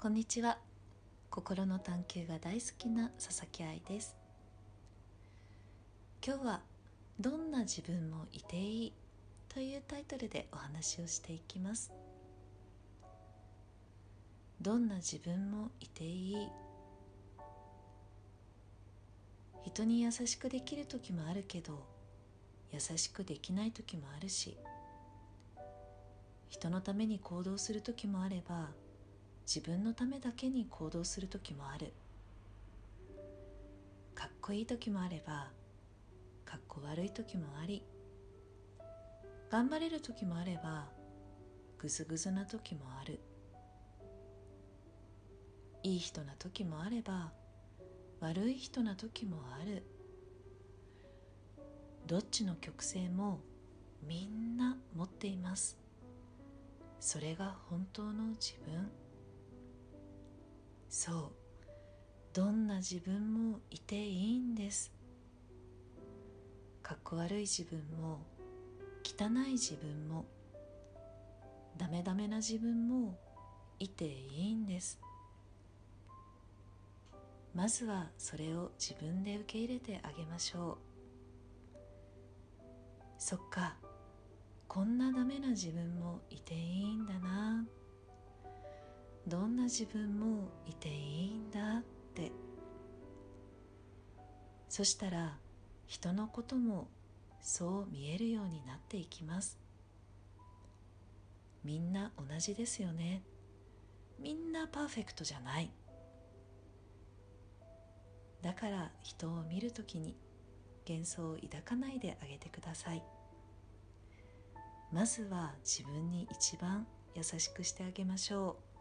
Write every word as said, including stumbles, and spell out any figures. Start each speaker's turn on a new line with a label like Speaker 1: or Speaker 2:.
Speaker 1: こんにちは。心の探求が大好きな佐々木愛です。今日はどんな自分もいていいというタイトルでお話をしていきます。どんな自分もいていい。人に優しくできる時もあるけど、優しくできない時もあるし、人のために行動する時もあれば、自分のためだけに行動する時もある。かっこいい時もあれば、かっこ悪い時もあり、頑張れる時もあれば、ぐずぐずな時もある。いい人な時もあれば、悪い人な時もある。どっちの曲線もみんな持っています。それが本当の自分。そう、どんな自分もいていいんです。かっこ悪い自分も、汚い自分も、ダメダメな自分もいていいんです。まずはそれを自分で受け入れてあげましょう。そっか、こんなダメな自分もいていいんだな。どんな自分もいていいんだって。そしたら人のこともそう見えるようになっていきます。みんな同じですよね。みんなパーフェクトじゃない。だから人を見るときに幻想を抱かないであげてください。まずは自分に一番優しくしてあげましょう。